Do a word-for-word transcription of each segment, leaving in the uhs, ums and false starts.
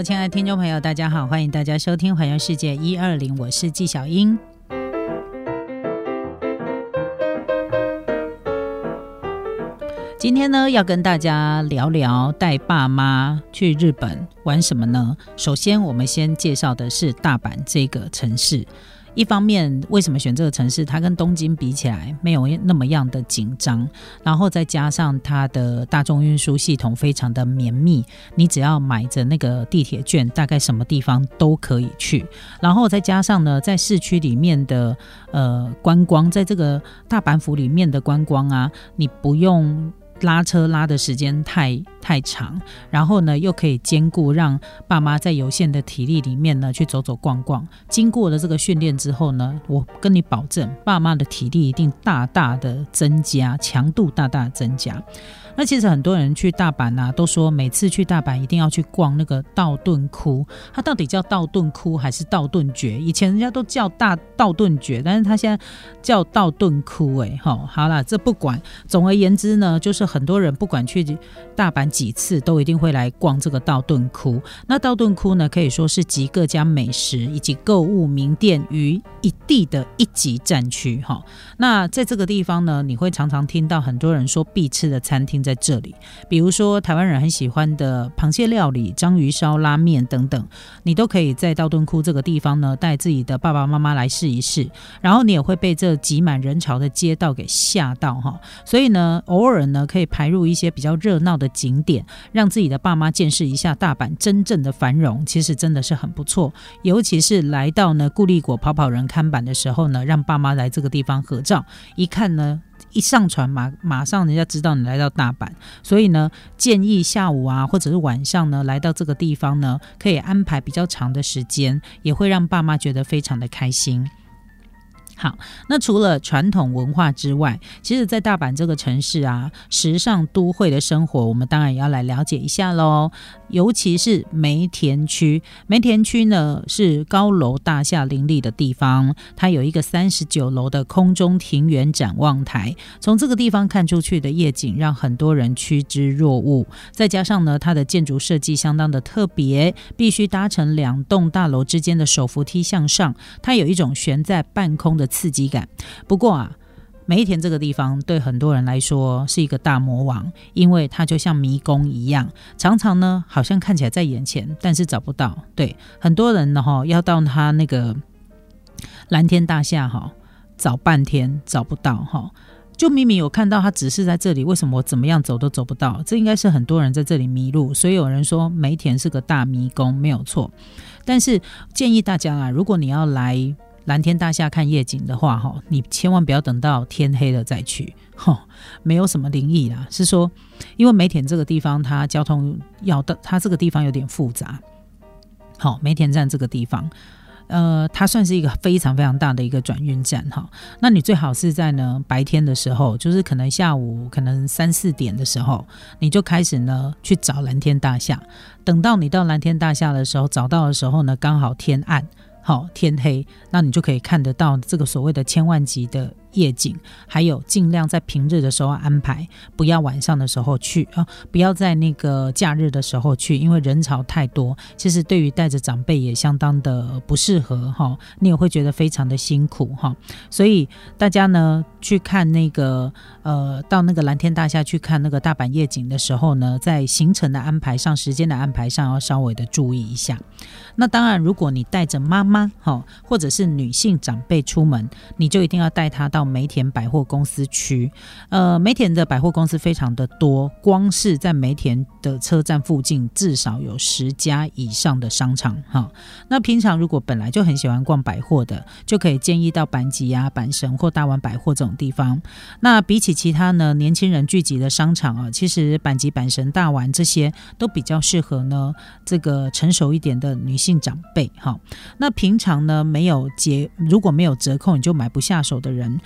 亲爱的听众朋友大家好，欢迎大家收听环游世界一二零，我是纪晓英。今天呢，要跟大家聊聊带爸妈去日本玩什么呢？首先我们先介绍的是大阪这个城市。一方面为什么选这个城市，它跟东京比起来没有那么样的紧张，然后再加上它的大众运输系统非常的绵密，你只要买着那个地铁券，大概什么地方都可以去。然后再加上呢，在市区里面的呃观光，在这个大阪府里面的观光啊，你不用拉车拉的时间太太长，然后呢又可以兼顾让爸妈在有限的体力里面呢去走走逛逛。经过了这个训练之后呢，我跟你保证爸妈的体力一定大大的增加，强度大大的增加。那其实很多人去大阪啊，都说每次去大阪一定要去逛那个道顿窟。它到底叫道顿窟还是道顿崛？以前人家都叫大道顿崛，但是它现在叫道顿窟。哎，好啦，这不管。总而言之呢，就是很多人不管去大阪几次，都一定会来逛这个道顿窟。那道顿窟呢，可以说是集各家美食以及购物名店于一地的一级战区。那在这个地方呢，你会常常听到很多人说必吃的餐厅在这里，比如说台湾人很喜欢的螃蟹料理、章鱼烧、拉面等等，你都可以在道顿窟这个地方呢带自己的爸爸妈妈来试一试，然后你也会被这挤满人潮的街道给吓到哈。所以呢，偶尔呢可以排入一些比较热闹的景点，让自己的爸妈见识一下大阪真正的繁荣，其实真的是很不错。尤其是来到呢固力果跑跑人看板的时候呢，让爸妈来这个地方合照，一看呢一上船 马, 马上人家知道你来到大阪。所以呢，建议下午啊或者是晚上呢来到这个地方呢，可以安排比较长的时间，也会让爸妈觉得非常的开心。好，那除了传统文化之外，其实在大阪这个城市啊，时尚都会的生活我们当然也要来了解一下咯。尤其是梅田区，梅田区呢是高楼大厦林立的地方，它有一个三十九楼的空中庭园展望台，从这个地方看出去的夜景让很多人趋之若鹜。再加上呢，它的建筑设计相当的特别，必须搭乘两栋大楼之间的手扶梯向上，它有一种悬在半空的刺激感。不过啊，梅田这个地方对很多人来说是一个大魔王，因为它就像迷宫一样，常常呢好像看起来在眼前，但是找不到。对，很多人呢要到它那个蓝天大厦找半天找不到，就明明有看到它指示在这里，为什么我怎么样走都走不到？这应该是很多人在这里迷路，所以有人说梅田是个大迷宫，没有错。但是建议大家啊，如果你要来蓝天大厦看夜景的话，你千万不要等到天黑了再去，没有什么灵异啦，是说因为梅田这个地方它交通要到，它这个地方有点复杂。好，梅田站这个地方呃，它算是一个非常非常大的一个转运站哈。那你最好是在呢白天的时候，就是可能下午可能三四点的时候，你就开始呢去找蓝天大厦。等到你到蓝天大厦的时候，找到的时候呢，刚好天暗。好，天黑，那你就可以看得到这个所谓的千万级的夜景，还有尽量在平日的时候安排，不要晚上的时候去啊，不要在那个假日的时候去，因为人潮太多，其实对于带着长辈也相当的不适合哈，你也会觉得非常的辛苦哈。所以大家呢去看那个呃，到那个蓝天大厦去看那个大阪夜景的时候呢，在行程的安排上、时间的安排上要稍微的注意一下。那当然，如果你带着妈妈或者是女性长辈出门，你就一定要带她到梅田百货公司区。呃，梅田的百货公司非常的多，光是在梅田的车站附近至少有十家以上的商场哈。那平常如果本来就很喜欢逛百货的，就可以建议到阪急啊、阪神或大丸百货这种地方。那比起其他呢年轻人聚集的商场啊，其实阪急、阪神、大丸这些都比较适合呢这个成熟一点的女性长辈哈。那平常呢没有节如果没有折扣你就买不下手的人，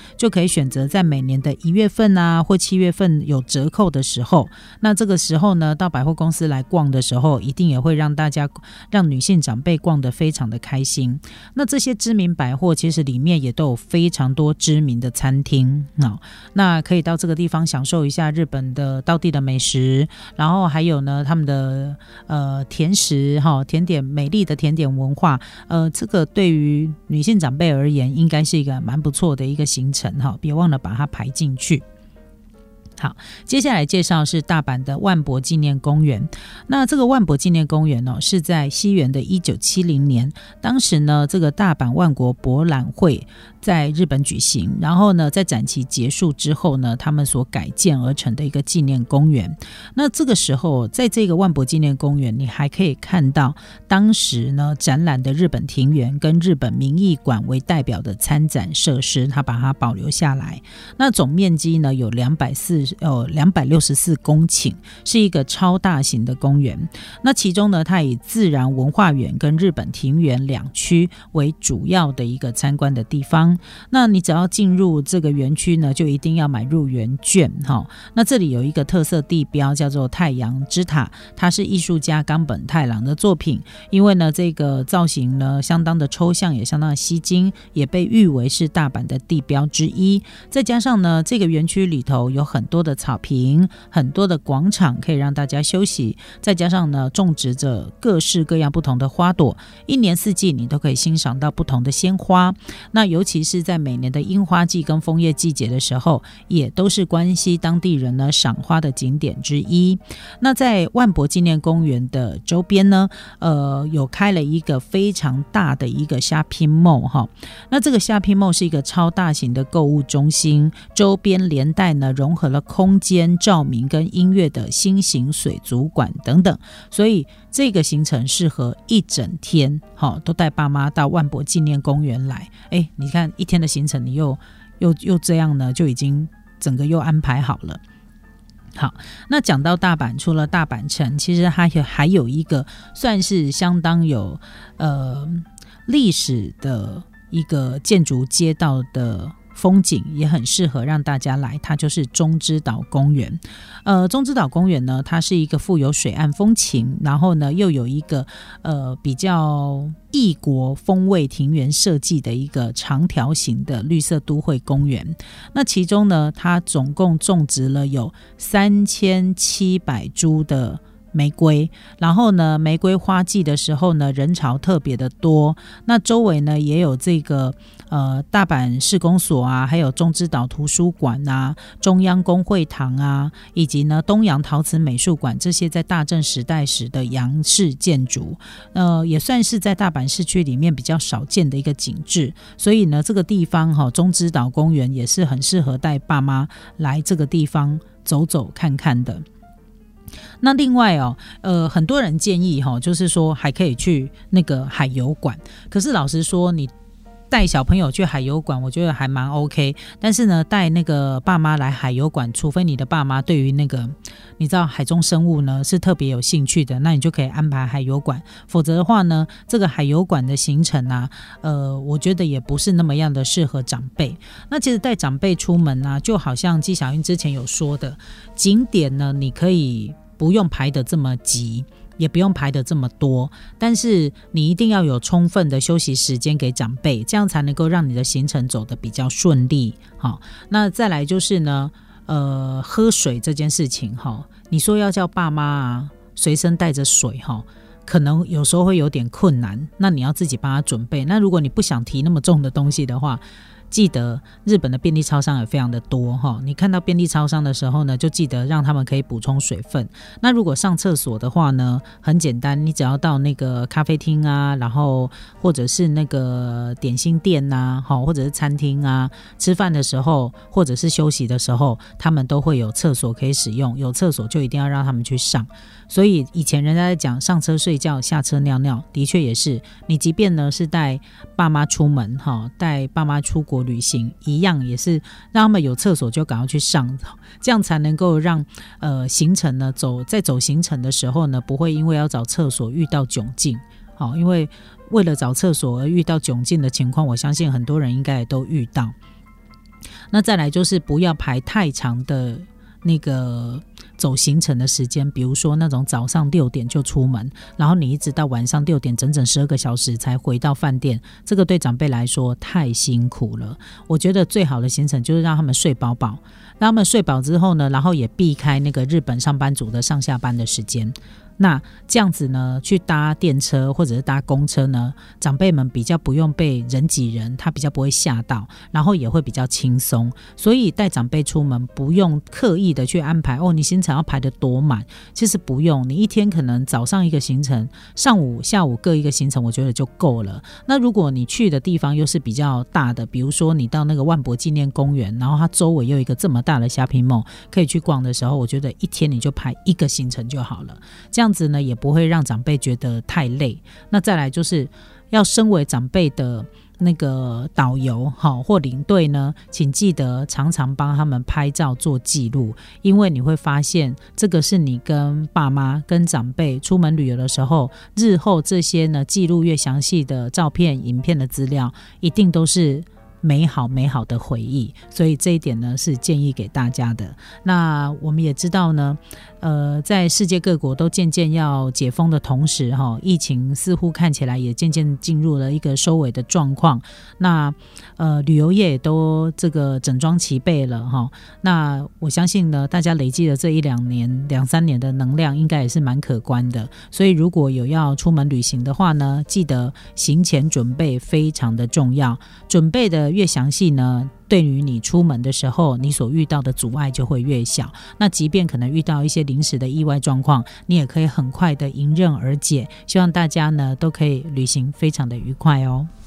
就可以选择在每年的一月份啊或七月份有折扣的时候，那这个时候呢到百货公司来逛的时候，一定也会让大家让女性长辈逛得非常的开心。那这些知名百货其实里面也都有非常多知名的餐厅、哦、那可以到这个地方享受一下日本的道地的美食，然后还有呢他们的呃甜食、哦、甜点，美丽的甜点文化，呃这个对于女性长辈而言应该是一个蛮不错的一个行程、哦、别忘了把它排进去。好，接下来介绍是大阪的万博纪念公园。那这个万博纪念公园、哦、是在西元的一九七零年，当时呢这个大阪万国博览会在日本举行，然后呢在展期结束之后呢，他们所改建而成的一个纪念公园。那这个时候在这个万博纪念公园，你还可以看到当时呢展览的日本庭园跟日本民艺馆为代表的参展设施，它把它保留下来。那总面积呢有两百四十呃两百六十四公顷，是一个超大型的公园。那其中呢，它以自然文化园跟日本庭园两区为主要的一个参观的地方。那你只要进入这个园区呢，就一定要买入园券、哦、那这里有一个特色地标叫做太阳之塔，它是艺术家冈本太郎的作品。因为呢这个造型呢相当的抽象，也相当的吸睛，也被誉为是大阪的地标之一。再加上呢这个园区里头有很多的草坪，很多的广场可以让大家休息，再加上呢种植着各式各样不同的花朵，一年四季你都可以欣赏到不同的鲜花。那尤其是在每年的樱花季跟枫叶季节的时候，也都是关西当地人呢赏花的景点之一。那在万博纪念公园的周边呢，呃，有开了一个非常大的一个 shopping mall 哈。那这个 shopping mall 是一个超大型的购物中心，周边连带呢融合了空间、照明跟音乐的新型水族馆等等，所以这个行程适合一整天、哦、都带爸妈到万博纪念公园来。哎，你看一天的行程你又又又这样呢，就已经整个又安排好了。好，那讲到大阪，除了大阪城，其实还有还有一个算是相当有呃历史的一个建筑街道的风景，也很适合让大家来，它就是中之岛公园。呃，中之岛公园呢，它是一个富有水岸风情，然后呢又有一个呃比较异国风味庭园设计的一个长条形的绿色都会公园。那其中呢，它总共种植了有三千七百株的玫瑰，然后呢玫瑰花季的时候呢人潮特别的多。那周围呢也有这个呃大阪市公所啊，还有中之岛图书馆啊、中央公会堂啊，以及呢东洋陶瓷美术馆，这些在大正时代时的洋式建筑，呃也算是在大阪市区里面比较少见的一个景致。所以呢这个地方、哦、中之岛公园也是很适合带爸妈来这个地方走走看看的。那另外哦，呃，很多人建议哈、哦，就是说还可以去那个海游馆。可是老实说，你带小朋友去海游馆，我觉得还蛮 OK。但是呢，带那个爸妈来海游馆，除非你的爸妈对于那个你知道海中生物呢是特别有兴趣的，那你就可以安排海游馆。否则的话呢，这个海游馆的行程啊，呃，我觉得也不是那么样的适合长辈。那其实带长辈出门啊，就好像纪晓韵之前有说的，景点呢，你可以不用排得这么急，也不用排得这么多，但是你一定要有充分的休息时间给长辈，这样才能够让你的行程走得比较顺利。好，那再来就是呢，呃，喝水这件事情哈，你说要叫爸妈啊随身带着水哈，可能有时候会有点困难，那你要自己帮他准备。那如果你不想提那么重的东西的话，记得日本的便利超商也非常的多，你看到便利超商的时候呢，就记得让他们可以补充水分。那如果上厕所的话呢，很简单，你只要到那个咖啡厅啊，然后或者是那个点心店啊，或者是餐厅啊，吃饭的时候或者是休息的时候，他们都会有厕所可以使用，有厕所就一定要让他们去上。所以以前人家在讲上车睡觉下车尿尿，的确也是，你即便呢是带爸妈出门，带爸妈出国旅行，一样也是让他们有厕所就赶快去上，这样才能够让呃行程呢走在走行程的时候呢，不会因为要找厕所遇到窘境。好，因为为了找厕所而遇到窘境的情况，我相信很多人应该也都遇到。 那再来就是不要排太长的那个走行程的时间，比如说那种早上六点就出门，然后你一直到晚上六点，整整十二个小时才回到饭店，这个对长辈来说太辛苦了。我觉得最好的行程就是让他们睡饱饱，让他们睡饱之后呢，然后也避开那个日本上班族的上下班的时间。那这样子呢，去搭电车或者是搭公车呢，长辈们比较不用被人挤人，他比较不会吓到，然后也会比较轻松。所以带长辈出门不用刻意的去安排哦，你行程要排得多满，其实不用，你一天可能早上一个行程，上午下午各一个行程，我觉得就够了。那如果你去的地方又是比较大的，比如说你到那个万博纪念公园，然后它周围又有一个这么大的shopping mall可以去逛的时候，我觉得一天你就排一个行程就好了，这样这样子呢也不会让长辈觉得太累。那再来就是要身为长辈的那个导游或领队呢，请记得常常帮他们拍照做记录，因为你会发现这个是你跟爸妈跟长辈出门旅游的时候，日后这些呢记录越详细的照片影片的资料一定都是美好美好的回忆，所以这一点呢是建议给大家的。那我们也知道呢呃，在世界各国都渐渐要解封的同时疫情似乎看起来也渐渐进入了一个收尾的状况，那呃，旅游业也都这个整装齐备了那我相信呢大家累积了这一两年两三年的能量应该也是蛮可观的，所以如果有要出门旅行的话呢，记得行前准备非常的重要，准备的越详细呢，对于你出门的时候你所遇到的阻碍就会越小，那即便可能遇到一些临时的意外状况，你也可以很快的迎刃而解。希望大家呢都可以旅行非常的愉快哦。